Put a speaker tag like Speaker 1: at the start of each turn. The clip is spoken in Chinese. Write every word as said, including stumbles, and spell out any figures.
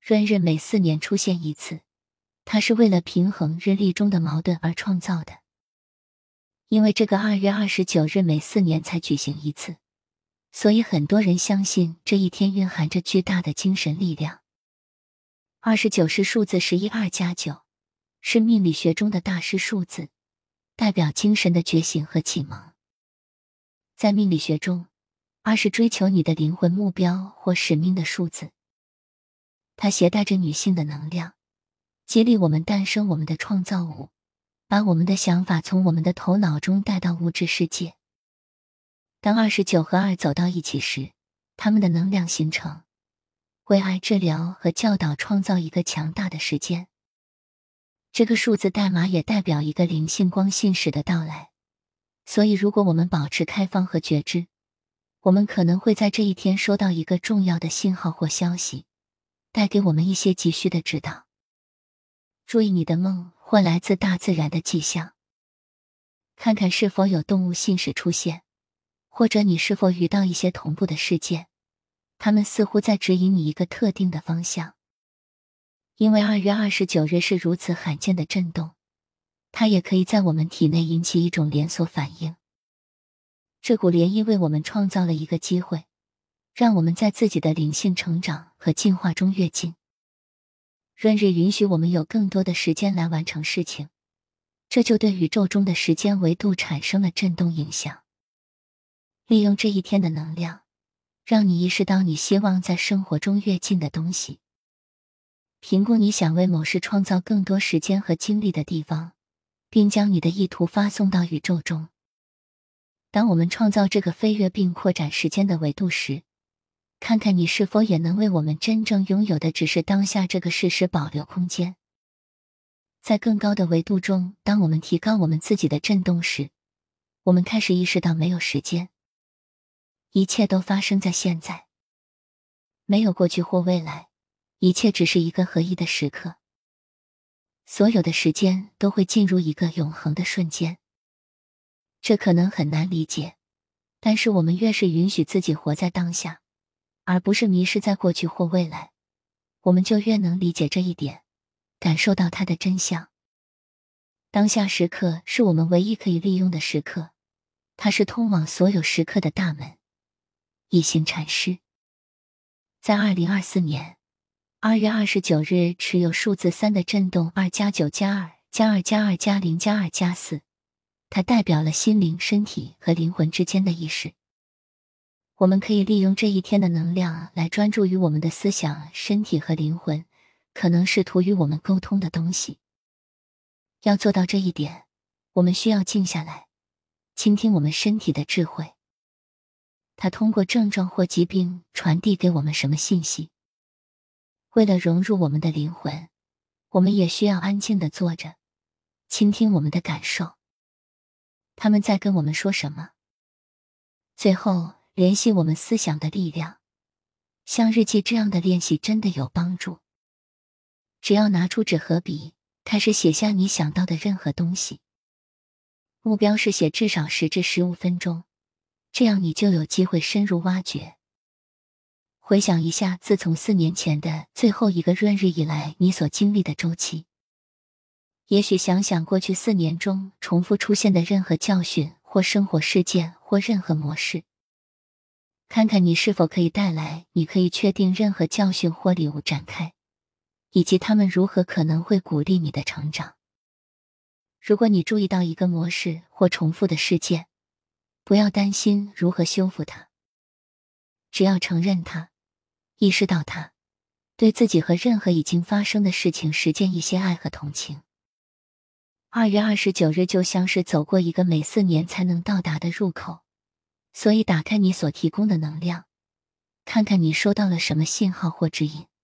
Speaker 1: 闰日每四年出现一次，它是为了平衡日历中的矛盾而创造的。因为这个二月二十九日每四年才举行一次，所以很多人相信这一天蕴含着巨大的精神力量。二十九是数字十一二加九，是命理学中的大师数字，代表精神的觉醒和启蒙。在命理学中，二是追求你的灵魂目标或使命的数字。它携带着女性的能量，激励我们诞生我们的创造物，把我们的想法从我们的头脑中带到物质世界。当二十九和二走到一起时，它们的能量形成，为爱治疗和教导创造一个强大的时间。这个数字代码也代表一个灵性光信使的到来，所以如果我们保持开放和觉知，我们可能会在这一天收到一个重要的信号或消息，带给我们一些急需的指导。注意你的梦或来自大自然的迹象，看看是否有动物信使出现，或者你是否遇到一些同步的事件，它们似乎在指引你一个特定的方向。因为二月二十九日是如此罕见的震动，它也可以在我们体内引起一种连锁反应。这股涟漪为我们创造了一个机会，让我们在自己的灵性成长和进化中跃进。闰日允许我们有更多的时间来完成事情，这就对宇宙中的时间维度产生了震动影响。利用这一天的能量，让你意识到你希望在生活中跃进的东西，评估你想为某事创造更多时间和精力的地方，并将你的意图发送到宇宙中。当我们创造这个飞跃并扩展时间的维度时，看看你是否也能为我们真正拥有的只是当下这个事实保留空间。在更高的维度中，当我们提高我们自己的振动时，我们开始意识到没有时间，一切都发生在现在，没有过去或未来，一切只是一个合一的时刻。所有的时间都会进入一个永恒的瞬间。这可能很难理解，但是我们越是允许自己活在当下，而不是迷失在过去或未来，我们就越能理解这一点，感受到它的真相。当下时刻是我们唯一可以利用的时刻，它是通往所有时刻的大门。一行禅师在二零二四年二月二十九日持有数字三的震动二加九加二加二加二加零加二加四，它代表了心灵、身体和灵魂之间的意识。我们可以利用这一天的能量来专注于我们的思想、身体和灵魂，可能试图与我们沟通的东西。要做到这一点，我们需要静下来，倾听我们身体的智慧。它通过症状或疾病传递给我们什么信息？为了融入我们的灵魂，我们也需要安静地坐着，倾听我们的感受。他们在跟我们说什么？最后，联系我们思想的力量。像日记这样的练习真的有帮助。只要拿出纸和笔，开始写下你想到的任何东西。目标是写至少十至十五分钟，这样你就有机会深入挖掘。回想一下自从四年前的最后一个闰日以来你所经历的周期。也许想想过去四年中重复出现的任何教训或生活事件或任何模式。看看你是否可以带来你可以确定任何教训或礼物展开，以及它们如何可能会鼓励你的成长。如果你注意到一个模式或重复的事件，不要担心如何修复它，只要承认它，意识到它，对自己和任何已经发生的事情实践一些爱和同情。二月二十九日就像是走过一个每四年才能到达的入口，所以打开你所提供的能量，看看你收到了什么信号或指引。